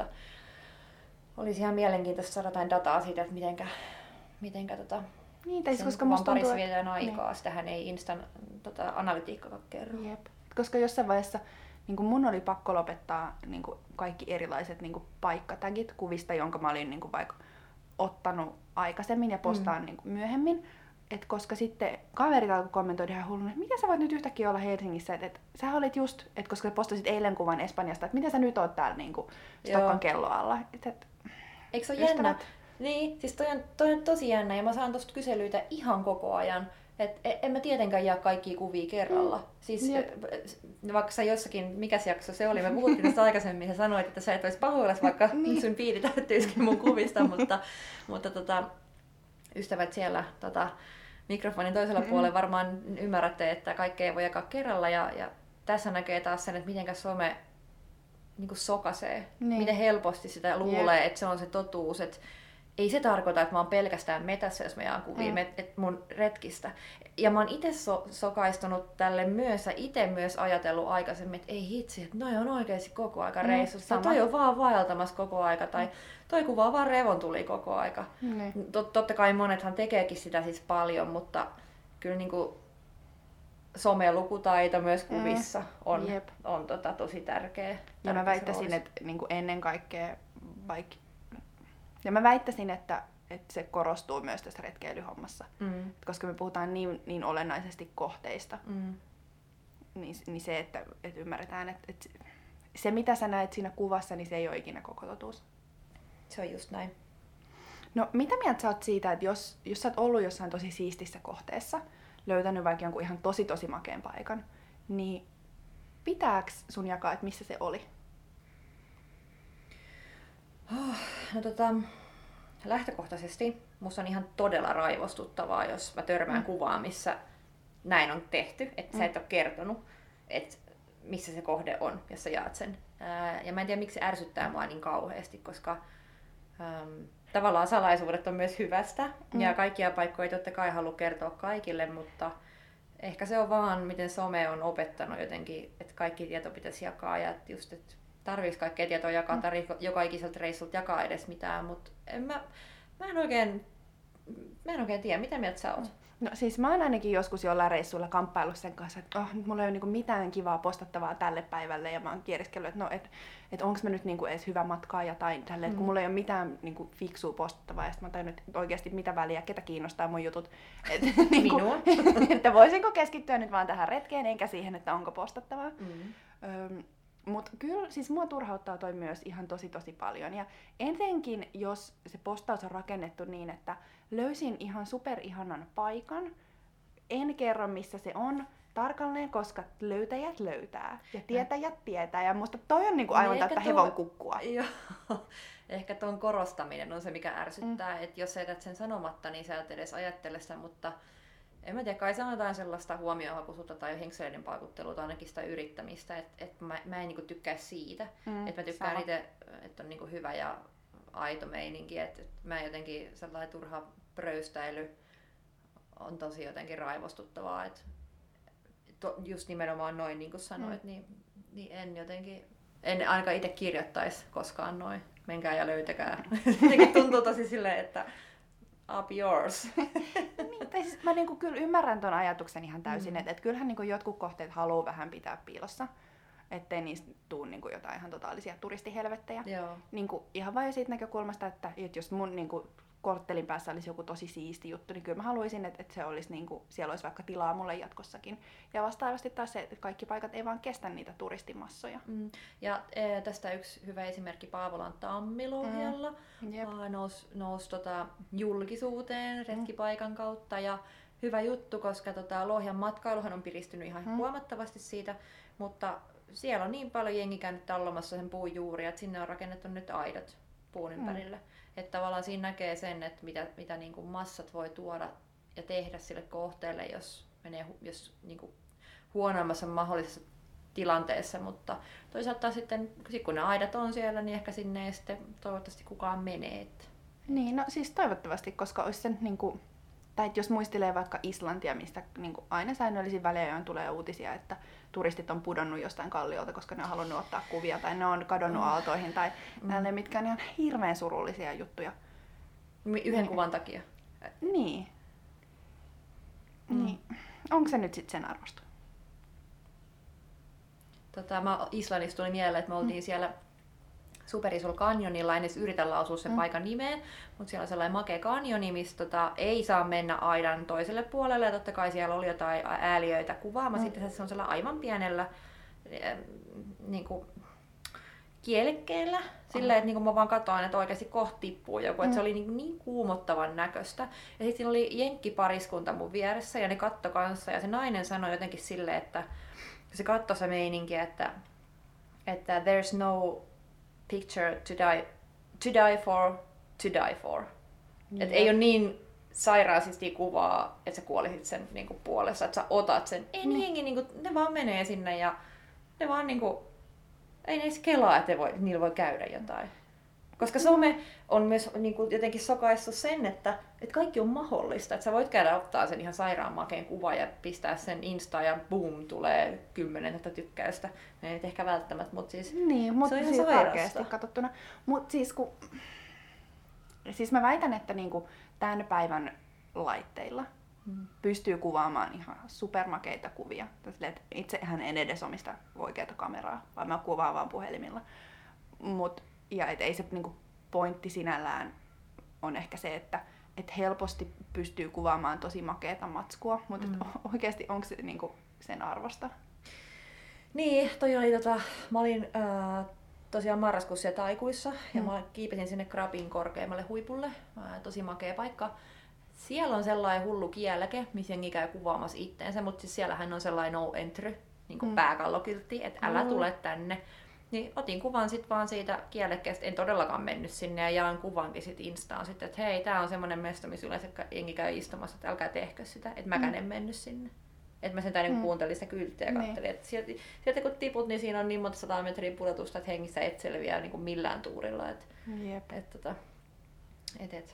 olisi ihan mielenkiintoista saada jotain dataa siitä, että mitenkä, mitenkä tota, niin, tai sen koska kuvan parissa tuntuu, vietetään aikaa. Niin. Sitähän ei Instan tota, analytiikkakaan kerro. Jep. Koska jossain vaiheessa niin mun oli pakko lopettaa niin kaikki erilaiset niin paikkatagit kuvista, jonka mä olin niin vaikka ottanut aikaisemmin ja postaan mm. niin myöhemmin. Et koska sitten kaverit alkoi kommentoida ihan hulluna, että miten sä voit nyt yhtäkkiä olla Helsingissä, että et, sä olit just, että koska postasit eilen kuvan Espanjasta, että miten sä nyt oot täällä niin Stokkan kelloalla. Et, et, Eikö se ole jännä? Niin, siis toi on, toi on tosi jännä ja mä saan tosta kyselyitä ihan koko ajan. Et en mä tietenkään jaa kaikkia kuvia kerralla. Mm. Siis Jep. vaikka sä jossakin, mikäs jakso se oli, me puhuttiin tästä aikaisemmin ja sanoit, että sä et olisi pahoillas, vaikka niin. sun piiri täyttyisikin mun kuvista, mutta, mutta tota, ystävät siellä tota, mikrofonin toisella mm. puolella varmaan ymmärrätte, että kaikkea ei voi jakaa kerralla ja, ja tässä näkee taas sen, että mitenkä some niin kuin sokaisee, niin. miten helposti sitä luulee, Jep. että se on se totuus, että ei se tarkoita, että mä oon pelkästään metässä, jos mä jaan kuvia mm. et mun retkistä. Ja mä oon itse so- sokaistunut tälle myös ja itse myös ajatellut aikaisemmin, että ei hitsi, että noi on oikeasti koko aika mm, reissussa. Tai toi on vaan vaeltamassa koko aika. Tai toi kuva on vaan revontuli koko aika. Mm. Tot- totta kai monethan tekeekin sitä siis paljon, mutta kyllä niinku somelukutaito myös kuvissa on, mm. on tota tosi tärkeä. Ja mä väittäisin, että niinku ennen kaikkea vaikka Ja mä väittäisin, että, että se korostuu myös tässä retkeilyhommassa, mm. koska me puhutaan niin, niin olennaisesti kohteista, mm. niin, niin se, että, että ymmärretään, että, että se mitä sä näet siinä kuvassa, niin se ei ole ikinä koko totuus. Se on just näin. No mitä mieltä sä oot siitä, että jos, jos sä oot ollut jossain tosi siistissä kohteessa, löytänyt vaikka jonkun ihan tosi tosi makeen paikan, niin pitääks sun jakaa, että missä se oli? Oh, no tota, lähtökohtaisesti musta on ihan todella raivostuttavaa, jos mä törmään mm. kuvaan, missä näin on tehty, että mm. sä et ole kertonut, että missä se kohde on, jos sä jaat sen. Ää, ja mä en tiedä, miksi se ärsyttää mua niin kauheasti, koska äm, tavallaan salaisuudet on myös hyvästä, mm. ja kaikkia paikkoja ei totta kai halua kertoa kaikille, mutta ehkä se on vaan, miten some on opettanut jotenkin, että kaikki tieto pitäisi jakaa, ja että just, että tarviiko kaikkea tietoa jakaa, mm. tarviiko joka ikiseltä reissulta jakaa edes mitään, mutta en mä, mä en oikein, mä en oikein tiedä, mitä mieltä sä oot? No siis mä oon ainakin joskus jollain reissulla kamppaillut sen kanssa, että oh, mulla ei ole niinku mitään kivaa postattavaa tälle päivälle, ja mä oon kieriskellyt, että no, et, et onks mä nyt niinku edes hyvä matkaaja tai tälle, mm. kun mulla ei ole mitään niinku fiksua postattavaa, ja sit mä oon tajunnut, että oikeesti mitä väliä, ketä kiinnostaa mun jutut. Et, niinku, että voisinko keskittyä nyt vaan tähän retkeen, eikä siihen, että onko postattavaa. Mm. Öm, Mutta kyllä siis mua turhauttaa toi myös ihan tosi tosi paljon. Ja etenkin jos se postaus on rakennettu niin, että löysin ihan superihanan paikan, en kerro missä se on tarkalleen, koska löytäjät löytää ja tietäjät tietää. Ja musta toi on niinku aivan täyttä hevon kukkua. Joo. Ehkä tuon korostaminen on se, mikä ärsyttää. Mm. Että jos sä jätät sen sanomatta, niin sä et edes ajattele sitä, mutta en mä tiedä, kai sanotaan sellaista huomiohakuisuutta tai henkselöiden paukuttelua tai ainakin sitä yrittämistä, että et mä, mä en niinku tykkää siitä. Mm, että mä tykkään itse, että on niinku hyvä ja aito meininki, että et mä jotenkin sellainen turha pröystäily on tosi jotenkin raivostuttavaa, että to, just nimenomaan noin niin kuin sanoit, mm. niin, niin en jotenkin, en ainakaan itse kirjoittaisi koskaan noin, menkää ja löytäkää. Jotenkin tuntuu tosi silleen, että up yours. Niin, tai siis mä niinku kyllä ymmärrän ton ajatuksen ihan täysin, mm. että et kyllähän niinku jotkut kohteet haluaa vähän pitää piilossa, ettei niistä tule niinku jotain ihan totaalisia turistihelvettejä. Niinku, ihan vain siitä näkökulmasta, että et jos mun niinku korttelin päässä olisi joku tosi siisti juttu, niin kyllä mä haluaisin, että, että se olisi niinku, siellä olisi vaikka tilaa mulle jatkossakin. Ja vastaavasti taas se, että kaikki paikat ei vaan kestä niitä turistimassoja. Mm. Ja e, tästä yksi hyvä esimerkki Paavolan Tammilohjalla mm. nousi nous, tota, julkisuuteen retkipaikan kautta. Ja hyvä juttu, koska tota, Lohjan matkailuhan on piristynyt ihan mm. huomattavasti siitä, mutta siellä on niin paljon jengi käynyt tallomassa sen puun juuria, että sinne on rakennettu nyt aidat puun ympärille. Mm. Että tavallaan siinä näkee sen, että mitä, mitä niin kuin massat voi tuoda ja tehdä sille kohteelle, jos menee jos niin kuin huonoimmassa mahdollisessa tilanteessa. Mutta toisaalta sitten, kun ne aidat on siellä, niin ehkä sinne ei sitten toivottavasti kukaan menee. Että... Niin, no siis toivottavasti, koska olisi sen niin kuin, tai jos muistelee vaikka Islantia, mistä niin kuin aina säännöllisin väliajoin tulee uutisia, että turistit on pudonnut jostain kalliolta, koska ne on halunnut ottaa kuvia tai ne on kadonnut mm. aaltoihin tai mm. näille, mitkä on ihan hirveän surullisia juttuja. Yhden niin. kuvan takia? Niin. Mm. niin. Onko se nyt sitten sen arvosta? Tota, mä Islannista tuli mieleen, että me oltiin mm. siellä Superisolla kanjonilla, en edes yritä lausua sen mm. paikan nimeä, mutta siellä on sellainen makea kanjoni, missä tota, ei saa mennä aidan toiselle puolelle, ja totta kai siellä oli jotain ääliöitä kuvaamassa, mm. sitten se on sellainen aivan pienellä äh, niin kuin, kielekkeellä, silleen, että niin kuin mä vaan katsoin, että oikeasti kohta tippuu joku, mm. että se oli niin, niin kuumottavan näköistä. Ja sitten siinä oli jenkkipariskunta mun vieressä, ja ne katto kanssa, ja se nainen sanoi jotenkin silleen, että se katsoi se meininki, että, että there's no picture to die, to die for, to die for. Mm. Et ei ole niin sairaasisti kuvaa, että sä kuolisit sen niinku puolessa, että sä otat sen. Ei niin jengi, niinku, ne vaan menee sinne ja ne vaan niinku, ei ne edes kelaa, että voi, niillä voi käydä jotain. Koska some on myös niinku, jotenkin sokaissut sen, että, että kaikki on mahdollista. Että sä voit käydä ottaa sen ihan sairaan makeen kuva ja pistää sen Insta ja boom, tulee kymmenen tykkäystä. Ne ei ehkä välttämättä, mutta siis niin, mut se on ihan siis sairasta. katsottuna. Mut siis, kun, siis mä väitän, että niinku tämän päivän laitteilla hmm. pystyy kuvaamaan ihan supermakeita kuvia. Itsehän en edes omista oikeata kameraa, vaan mä kuvaan vaan puhelimilla. Mut, ja et ei se niinku pointti sinällään on ehkä se, että et helposti pystyy kuvaamaan tosi makeata matskua, mutta mm. oikeasti onko se niinku sen arvosta? Niin, toi oli tota, mä olin äh, tosiaan marraskuussa ja taikuissa ja mm. mä kiipesin sinne Krabin korkeimmalle huipulle. Tosi makea paikka. Siellä on sellainen hullu kieleke, missä jengi käy kuvaamassa itteensä, mutta siis siellähän on sellainen no entry, niin kuin mm. pääkallokyltti, että älä mm. tule tänne. Niin otin kuvan sit vaan siitä kielekkeestä, en todellakaan mennyt sinne ja jaan kuvankin sit Instaan sitten, että hei, tää on semmonen mesta, missä yleensä jengi käy istumassa, että älkää tehkö sitä, että mäkään mm. en mennyt sinne. Että mä sentään mm. kuuntelin sitä kylttiä ja katselin, että sieltä, sieltä kun tiput, niin siinä on niin monta sataa metriä pudotusta, että hengissä et selviää niin kuin millään tuurilla. Et, et, tota, et, et.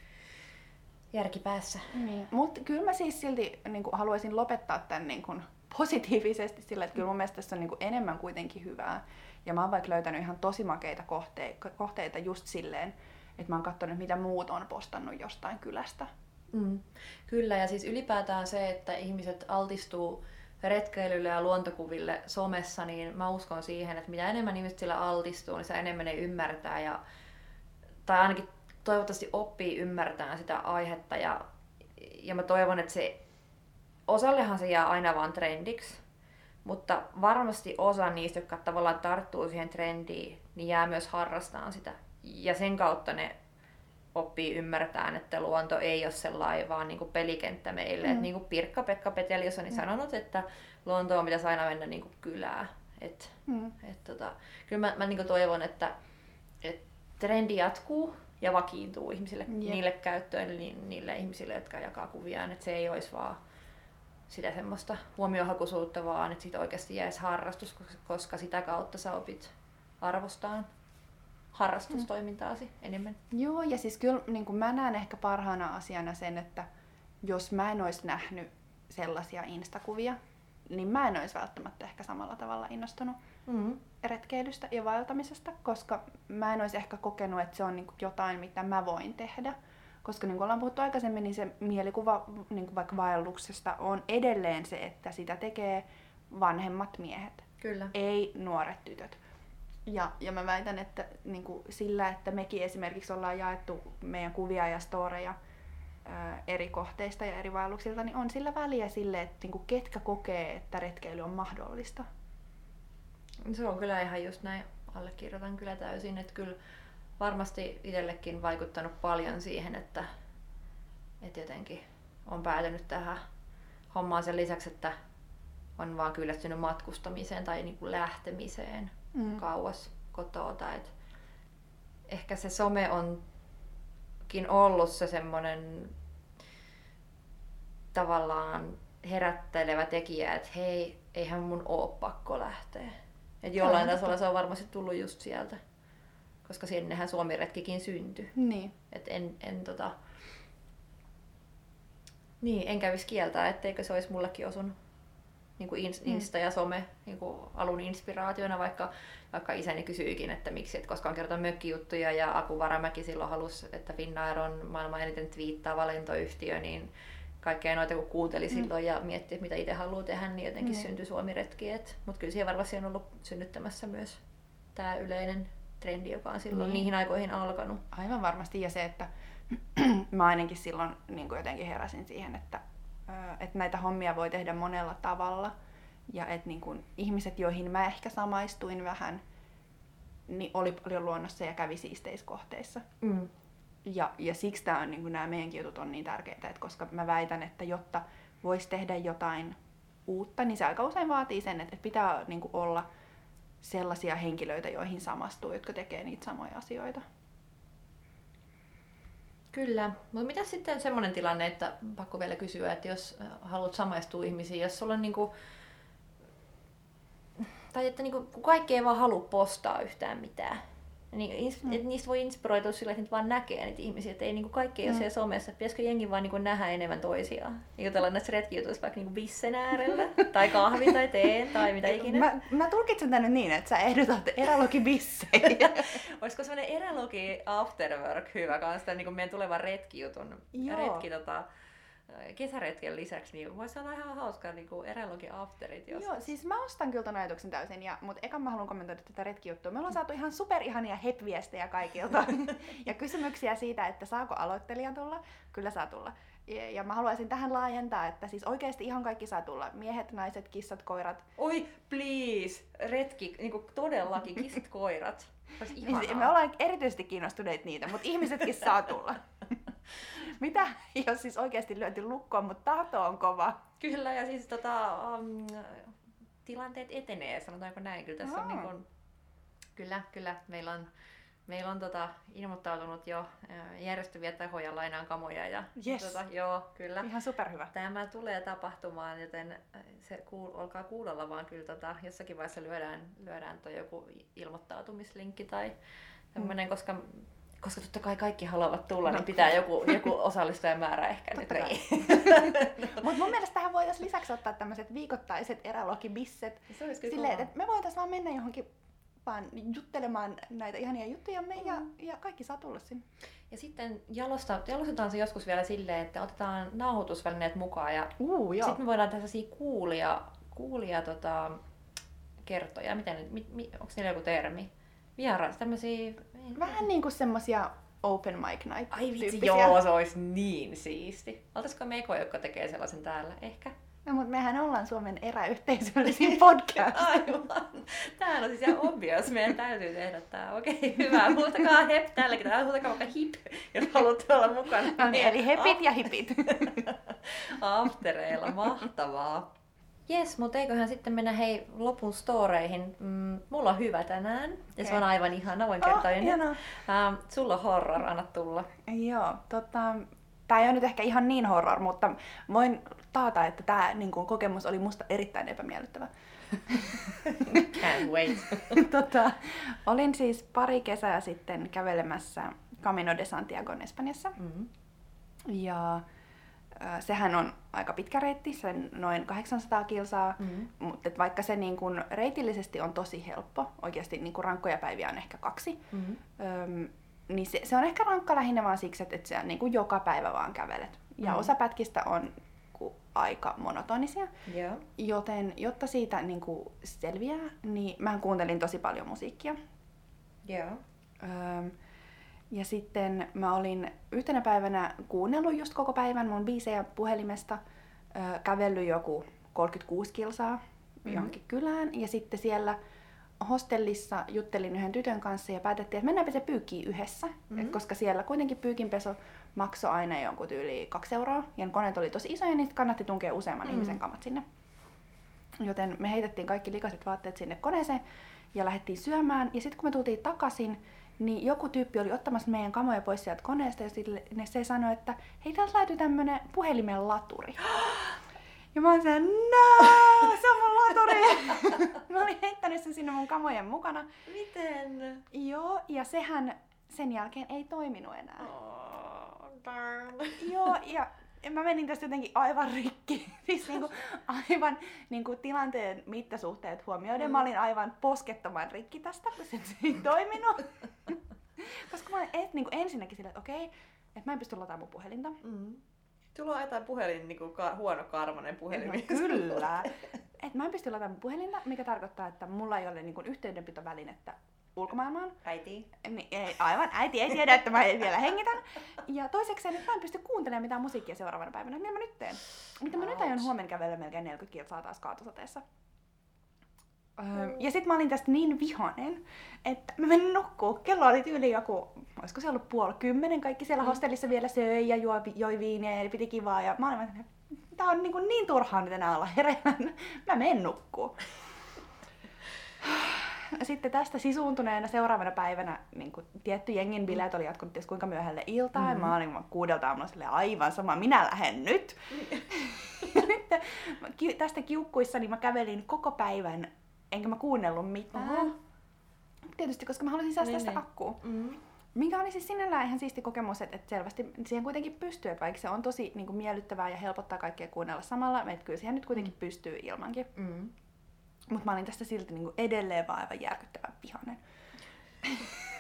Järki päässä. Niin. Mutta kyllä mä siis silti niin kuin haluaisin lopettaa tämän niin kuin positiivisesti sillä, että kyllä mun mielestä tässä on niin kuin enemmän kuitenkin hyvää. Ja mä oon vaikka löytänyt ihan tosi makeita kohteita, kohteita just silleen, että mä oon katsonut, mitä muut on postannut jostain kylästä. Mm. Kyllä, ja siis ylipäätään se, että ihmiset altistuu retkeilylle ja luontokuville somessa, niin mä uskon siihen, että mitä enemmän ihmiset sillä altistuu, niin se enemmän ne ymmärtää, ja, tai ainakin toivottavasti oppii ymmärtämään sitä aihetta, ja, ja mä toivon, että se osallehan se jää aina vaan trendiksi, mutta varmasti osa niistä, jotka tavallaan tarttuu siihen trendiin, niin jää myös harrastamaan sitä, ja sen kautta ne oppii ymmärtämään, että luonto ei ole sellainen vaan niin kuin pelikenttä meille. Mm. Et niin kuin Pirkka-Pekka Petelius on niin mm. sanonut, että luontoon pitäisi aina mennä niin kuin kylään. Et, mm. et, tota, kyllä mä, mä niin kuin toivon, että et trendi jatkuu ja vakiintuu ihmisille, yeah. niille käyttöön, ni, niille ihmisille, jotka jakaa kuviaan. Että se ei olisi vaan sitä semmoista huomiohakuisuutta, vaan että siitä oikeasti jäisi harrastus, koska sitä kautta sä opit arvostaan harrastustoimintaasi enemmän. Joo, ja siis kyllä niin kuin mä näen ehkä parhaana asiana sen, että jos mä en olisi nähnyt sellaisia instakuvia, niin mä en olisi välttämättä ehkä samalla tavalla innostunut mm-hmm. retkeilystä ja vaeltamisesta, koska mä en olisi ehkä kokenut, että se on niin kuin jotain, mitä mä voin tehdä. Koska niin kuin ollaan puhuttu aikaisemmin, niin se mielikuva niin kuin vaikka vaelluksesta on edelleen se, että sitä tekee vanhemmat miehet, Kyllä. ei nuoret tytöt. Ja, ja mä väitän, että niin kuin sillä, että mekin esimerkiksi ollaan jaettu meidän kuvia ja storeja ää, eri kohteista ja eri vaelluksilta, niin on sillä väliä sille, että niin kuin ketkä kokee, että retkeily on mahdollista. Se on kyllä ihan just näin. Allekirjoitan kyllä täysin. Että kyllä varmasti itsellekin vaikuttanut paljon siihen, että, että jotenkin on päätynyt tähän hommaan sen lisäksi, että on vaan kyllästynyt matkustamiseen tai niin kuin lähtemiseen. Mm. kauas kotoa. Et ehkä se some onkin ollut se semmoinen tavallaan herättelevä tekijä, että hei, eihän mun oo pakko lähteä. Et jollain tasolla se on varmasti tullut just sieltä, koska sinnehän Suomi-retkikin syntyi. Niin. Et en, en, tota... niin, en kävisi kieltää, etteikö se olisi mullekin osunut. Niin kuin Insta ja some niin kuin alun inspiraationa, vaikka, vaikka isäni kysyikin, että miksi, että koska on kertonut mökkijuttuja ja Aku Varamäki silloin halusi, että Finnair on maailman eniten twiittaava lentoyhtiö, niin kaikkea noita kun kuunteli mm. silloin ja mietti, mitä itse haluaa tehdä, niin jotenkin mm. syntyi Suomi-retki. Mutta kyllä siihen varmasti on ollut synnyttämässä myös tämä yleinen trendi, joka on silloin niin. niihin aikoihin alkanut. Aivan varmasti, ja se, että mä ainakin silloin niin kuin jotenkin heräsin siihen, että että näitä hommia voi tehdä monella tavalla ja että niin kun ihmiset, joihin mä ehkä samaistuin vähän, niin oli paljon luonnossa ja kävi siisteissä kohteissa. Mm. Ja, ja siksi tää on, niin kun nämä meidänkin jutut on niin tärkeitä, että koska mä väitän, että jotta voisi tehdä jotain uutta, niin se aika usein vaatii sen, että pitää niin kun olla sellaisia henkilöitä, joihin samastuu, jotka tekee niitä samoja asioita. Kyllä, mutta mitä sitten semmoinen tilanne, että pakko vielä kysyä, että jos haluat samaistua ihmisiin, jos sulla on niinku, tai että niinku, kun kaikki ei vaan halua postaa yhtään mitään, niin ins, mm. että niistä voi inspiroitua sillä, että niitä vaan näkee niitä ihmisiä, että ei niinku kaikki ei mm. ole siellä somessa, että pitäisikö jengi vaan niinku nähdä enemmän toisiaan. Niin jutellaan näissä retkijutuissa vaikka niinku bissen äärellä, tai kahvi tai teen, tai mitä ikinä. Mä, mä tulkitsen tänne niin, että sä ehdotat erälogibissejä. Olisiko semmoinen erälogi afterwork hyvä kanssa, niin kuin meidän tulevan retkijutun, retki tota, kesäretken lisäksi, niin voisi olla ihan hauskaa niin erälogi afterit joskus. Joo, siis mä ostan kyllä ton ajatuksen täysin, ja, mutta ekan mä haluan kommentoida tätä retkijuttua. Me ollaan saatu ihan superihania hep-viestejä kaikilta ja kysymyksiä siitä, että saako aloittelija tulla. Kyllä saa tulla. Ja, ja mä haluaisin tähän laajentaa, että siis oikeasti ihan kaikki saa tulla. Miehet, naiset, kissat, koirat. Oi, please! Retki, niin kuin todellakin, kissat, koirat. Niin, me ollaan erityisesti kiinnostuneet niitä, mutta ihmisetkin saa tulla. Mitä, jos siis oikeasti lyöty lukkoon, mutta tahto on kova? Kyllä, ja siis tota, um, tilanteet etenee, sanotaanko näin. Kyllä, tässä no. on niin kuin, kyllä, kyllä, meillä on, meillä on tota, ilmoittautunut jo järjestyviä tahoja lainaan kamoja. Ja, yes. tota, joo, kyllä. Ihan superhyvä. Tämä tulee tapahtumaan, joten se kuul, olkaa kuulolla vaan kyllä tota, jossakin vaiheessa lyödään, lyödään toi joku ilmoittautumislinkki tai tämmöinen, mm. koska Koska totta kai kaikki haluavat tulla, no. niin pitää joku, joku osallistujamäärä ehkä nyt. Mutta mun mielestä tähän voitaisiin lisäksi ottaa tämmöiset viikoittaiset erälogibisset. Silleen, että me voitaisiin vaan mennä johonkin vaan juttelemaan näitä ihania juttujamme mm. ja, ja kaikki saa tulla sinne. Ja sitten jalostetaan se joskus vielä silleen, että otetaan nauhoitusvälineet mukaan ja uh, sitten me voidaan tehdä sellaisia kuulia, kuulia tota, kertoja. Miten, mi, mi, onko niillä joku termi? Vieraat, tämmösiä... Vähän niinku semmosia open mic night. Ai vitsi, joo, se olisi niin siisti. Oltaisiko me eko, jotka tekee sellaisen täällä? Ehkä. No, mutta mehän ollaan Suomen eräyhteisöllisin podcast. Aivan. Tämähän on siis ihan obvious. Meidän täytyy tehdä tää. Okei, hyvä. Huutakaa hep tälläkin. Täällä huutakaa vaikka hip, jos haluatte olla mukana. No niin, eli hepit ja hipit. Aftereilla, mahtavaa. Jes, mutta eiköhän sitten mennä hei lopun storeihin. Mm, mulla on hyvä tänään ja okay. Se on aivan ihana, voin kertoa oh, jo nyt. Uh, sulla on horror, anna tulla. Joo, tota, tää ei ole nyt ehkä ihan niin horror, mutta voin taata, että tää niin kun, kokemus oli musta erittäin epämiellyttävä. Can't wait. tota, olin siis pari kesää sitten kävelemässä Camino de Santiago Espanjassa. Mm-hmm. Ja sehän on aika pitkä reitti, sen noin kahdeksansataa kilsaa, mm-hmm. mutta vaikka se niin kun reitillisesti on tosi helppo, oikeasti niin kun rankkoja päiviä on ehkä kaksi, mm-hmm. öm, niin se, se on ehkä rankka lähinnä vaan siksi, että, että sä niin kun joka päivä vaan kävelet. Ja mm-hmm. osa pätkistä on ku, aika monotonisia, yeah. joten jotta siitä niin kun selviää, niin mä kuuntelin tosi paljon musiikkia. Yeah. Öm, Ja sitten mä olin yhtenä päivänä kuunnellut just koko päivän mun biisejä puhelimesta, äh, kävellyt joku kolmekymmentäkuusi kilsaa mm-hmm. johonkin kylään. Ja sitten siellä hostellissa juttelin yhden tytön kanssa ja päätettiin, että mennäänpä se pyykkiin yhdessä. Mm-hmm. Et koska siellä kuitenkin pyykinpeso maksoi aina jonkun tyyli kaksi euroa. Ja koneet oli tosi isoja, niin kannatti tunkea useamman mm-hmm. ihmisen kamat sinne. Joten me heitettiin kaikki likaiset vaatteet sinne koneeseen ja lähdettiin syömään. Ja sitten kun me tultiin takaisin, niin joku tyyppi oli ottamassa meidän kamoja pois sieltä koneesta ja sille, se sanoi, että hei, täältä löytyy tämmönen puhelimen laturi. Ja mä olin siellä, no, se on mun laturi! Mä olin heittänyt sen sinne mun kamojen mukana. Miten? Joo, ja sehän sen jälkeen ei toiminut enää. Oh, darn. Joo, ja mä menin tästä jotenkin aivan rikki. Siis niinku aivan niinku tilanteen mittasuhteet huomioiden. Mm. Mä olin aivan poskettoman rikki tästä, kun se ei toiminut. Koska mä olin et, niinku ensinnäkin silleen, että okei, että mä en pysty lataamaan mun puhelinta. Mm. Sulla on jotain puhelin, niinku ka- huono karmanen puhelin. No, kyllä. Et mä en pysty lataamaan mun puhelinta, mikä tarkoittaa, että mulla ei ole niinku yhteydenpitovälinettä ulkomaailmaan. Äiti. Niin, ei, aivan, äiti ei tiedä, että mä vielä hengitän. Ja toisekseen, että mä en pysty kuuntelemaan mitään musiikkia seuraavana päivänä. Mitä mä nyt teen? Mitä mä nyt aion huomenna kävellä melkein neljäkymmentä kilsaa taas kaatosateessa. Mm. Ja sit mä olin tästä niin vihainen, että mä menin nukkuu. Kello oli tyyli joku, olisiko se ollut puoli kymmenen. Kaikki siellä mm. hostellissa vielä söi ja juo, joi viiniä ja piti kivaa. Ja mä olin, että tää on niin, niin turhaa nyt enää olla hereillä. Mä menen nukkuu. Sitten tästä sisuuntuneena seuraavana päivänä niin kuin tietty jengin bileet oli jatkunut ties kuinka myöhälle iltaan. Mm-hmm. Mä olin kuudelta aamulla silleen, aivan sama, minä lähden nyt. Sitten tästä kiukkuissani mä kävelin koko päivän, enkä mä kuunnellut mitään. Uh-huh. Tietysti, koska mä halusin säästää sitä akkua. Mm-hmm. Minkä oli siis sinällään ihan siisti kokemus, että selvästi siihen kuitenkin pystyy, että vaikka se on tosi niin kuin miellyttävää ja helpottaa kaikkea kuunnella samalla, että kyllä siihen nyt kuitenkin mm. pystyy ilmankin. Mm. Mutta mä olin tästä silti niinku edelleen vaan aivan järkyttävän vihainen.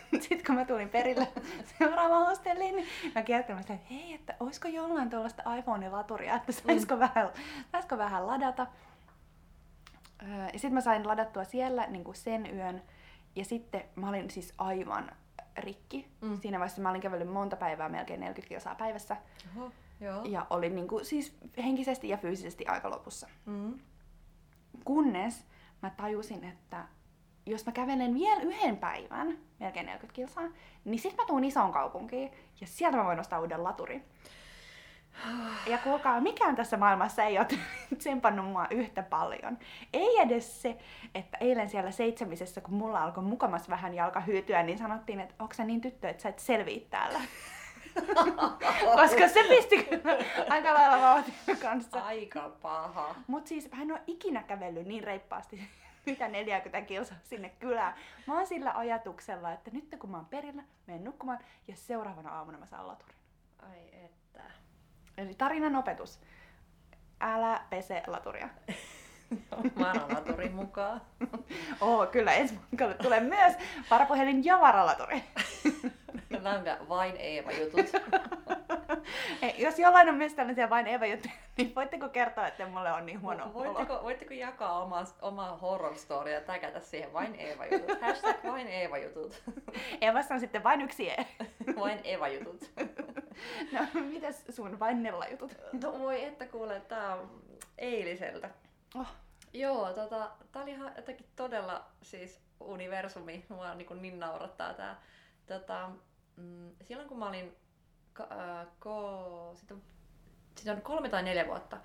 sitten kun mä tulin perille seuraavaan hostelliin, niin mä kertoin, että hei, että olisiko jollain tuollaista iPhone-laturia, että saisiko, mm. vähän, saisiko vähän ladata. Ja sitten mä sain ladattua siellä niin kuin sen yön, ja sitten mä olin siis aivan rikki. Mm. Siinä vaiheessa mä olin kävellyt monta päivää, melkein neljäkymmentä kilsaa päivässä. Oho, joo. Ja olin niin kuin, siis henkisesti ja fyysisesti aika lopussa. Mm. Kunnes mä tajusin, että jos mä kävelen vielä yhden päivän, melkein neljäkymmentä kilsaa, niin sit mä tuun isoon kaupunkiin ja sieltä mä voin ostaa uuden laturin. Ja kuulkaa, mikään tässä maailmassa ei ole tsempannut mua yhtä paljon. Ei edes se, että eilen siellä seitsemisessä, kun mulla alkoi mukamas vähän jalka hyytyä, niin sanottiin, että onko sä niin tyttö, että sä et selviä täällä. Koska se pisti kyllä aika lailla vauhtia kanssa. Aika paha. Mut siis mä en oo ikinä kävellyt niin reippaasti mitä neljäkymmentä kilsaa sinne kylään. Mä oon sillä ajatuksella, että nyt kun mä oon perillä, menen nukkumaan ja seuraavana aamuna mä saan laturin. Ai että. Eli tarinan opetus. Älä pese laturia. Varalaturi mukaan. Oo, kyllä ensi viikolla tulee myös varapuhelin ja varalaturi. Nämä on vain Eeva-jutut. Hei, jos jollain on myös tällaisia vain Eeva-juttuja, niin voitteko kertoa, että mulle on niin huono voitteko, voitteko jakaa omaa, omaa horror storya ja täkätä siihen vain Eeva-jutut? Hashtag vain Eeva-jutut. Eevassa on sitten vain yksi E. Vain Eeva-jutut. No, mitäs sun vain Nella-jutut? No voi että kuule, tää on eiliseltä. Oh. Joo, tota, tää oli ihan jotenkin todella siis universumi. Mua niin, niin naurattaa tää. Tota, mm, silloin kun mä olin ka, äh, ko, sit on, sit on kolme tai neljä vuotta,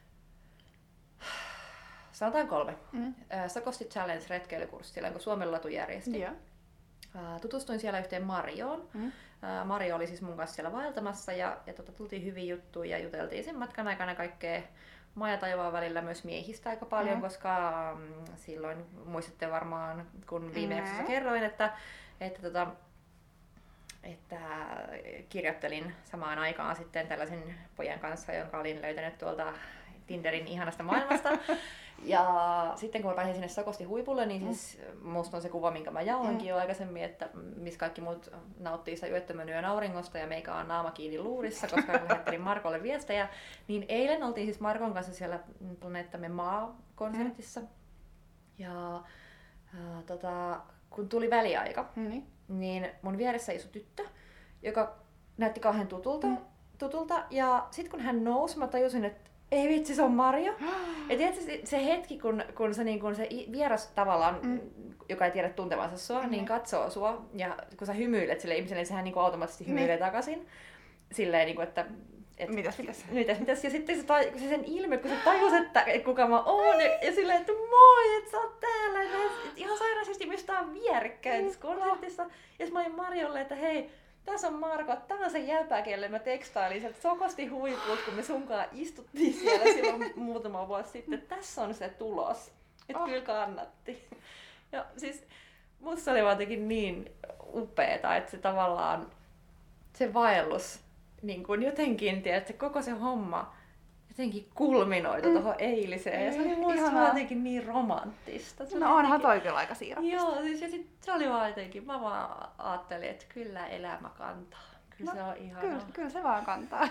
sanotaan kolme, mm. äh, Sakosti Challenge retkeilykurssilla, kun Suomen Latu järjesti. Yeah. Äh, tutustuin siellä yhteen Marjoon. Mm. Äh, Marjo oli siis mun kanssa siellä vaeltamassa ja, ja tota, tultiin hyviä juttuja ja juteltiin sen matkan aikana kaikkea maa ja taivaan välillä myös miehistä aika paljon, mm. koska mm, silloin muistatte varmaan, kun viime jaksossa mm. kerroin, että, että tota, että kirjoittelin samaan aikaan sitten tällaisen pojan kanssa, jonka olin löytänyt tuolta Tinderin ihanasta maailmasta. Ja sitten kun mä pääsin sinne Sakosti huipulle, niin siis musta on se kuva, minkä mä jaoinkin mm. jo aikaisemmin, että missä kaikki muut nauttii sitä yöttömän yön auringosta ja meikä on naama kiinni luurissa, koska lähettelin Markolle viestejä. Niin eilen oltiin siis Markon kanssa siellä Planeettamme Maa-konsertissa. Mm. Ja äh, tota, kun tuli väliaika, mm. niin mun vieressä istui tyttö, joka näytti kauhean tutulta. Mm. tutulta. Ja sitten kun hän nousi, mä tajusin, että ei vitsi, se on Marjo. Ja tiedätkö, se hetki, kun, kun, se, niin kun se vieras tavallaan, mm. joka ei tiedä tuntevansa sua, mm. niin katsoo sua. Ja kun sä hymyilet sille ihmiselle, niin sehän niin automaattisesti hymyilee mm. takaisin. Silleen, niin kuin, että... Et, mitäs, mitäs? Mitäs, mitäs? Ja sitten se, taj, se sen ilme, kun se tajus, että et kuka mä oon. Ja, ja silleen, että moi, että sä oot täällä. Ja ihan sairaasti myös tää on vierekkäin tässä konsertissa. Ja sitten mä olin Marjolle, että hei, tässä on Marko, tämä on se jäpä, kelle mä tekstailin sieltä Sokosti huiput, kun me sunkaan istuttiin siellä silloin muutama vuosi sitten. Tässä on se tulos. Että oh. kyllä kannatti. Ja siis musta oli jotenkin niin upeeta, että se tavallaan se vaellus niin kuin jotenkin, tiedätkö, koko se homma jotenkin kulminoitu mm. tuohon eiliseen. Ja se oli musta jotenkin niin romanttista. Se no onhan jotenkin... toi kyllä aika siirappista. Joo, siis ja sit se oli vaan jotenkin, mä vaan ajattelin, että kyllä elämä kantaa. Kyllä no, se on ihanaa. Kyllä, kyllä se vaan kantaa.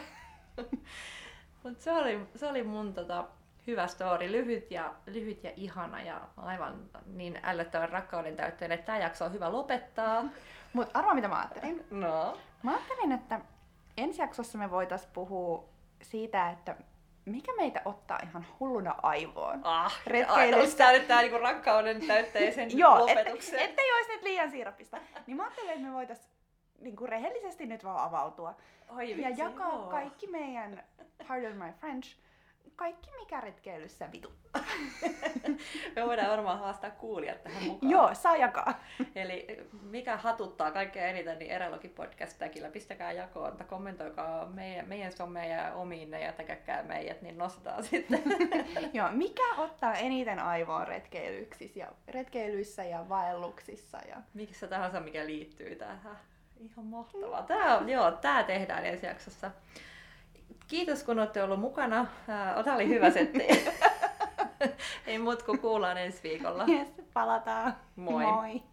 Mut se oli, se oli mun tota, hyvä story, lyhyt ja, lyhyt ja ihana ja aivan niin ällöttävän rakkauden täytteinen, että tää jakso on hyvä lopettaa. Mut arvaa mitä mä ajattelin? No? Mä ajattelin, että ensi jaksossa me voitais puhua siitä, että mikä meitä ottaa ihan hulluna aivoon? Ah, retkeilyssä. Tää nyt tää niinku rakkauden täytteisen Joo, lopetuksen. Et, ettei ois nyt liian siirappista. Niin mä ajattelin, että me voitais niinku rehellisesti nyt vaan avautua. Oi, ja vitsi, jakaa joo. kaikki meidän, pardon my French, kaikki mikä retkeilyssä vituttaa. Me voidaan varmaan haastaa kuulijat tähän mukaan. Joo, saa jakaa. Eli mikä hatuttaa kaikkein eniten, niin Erälogi-podcast-tagillä pistäkää jakoon, tai kommentoikaa meidän, meidän sommeja ja omiinne ja täkäkkää meidät, niin nostetaan sitten. Joo, mikä ottaa eniten aivoon retkeilyissä ja, retkeilyissä ja vaelluksissa? Ja... Mikä tahansa, mikä liittyy tähän. Ihan mahtavaa. Tää, on, joo, tää tehdään ensi jaksossa. Kiitos kun olette ollut mukana. Tämä oli hyvä setti. Ei muut kuin kuullaan ensi viikolla. Yes, palataan. Moi. Moi.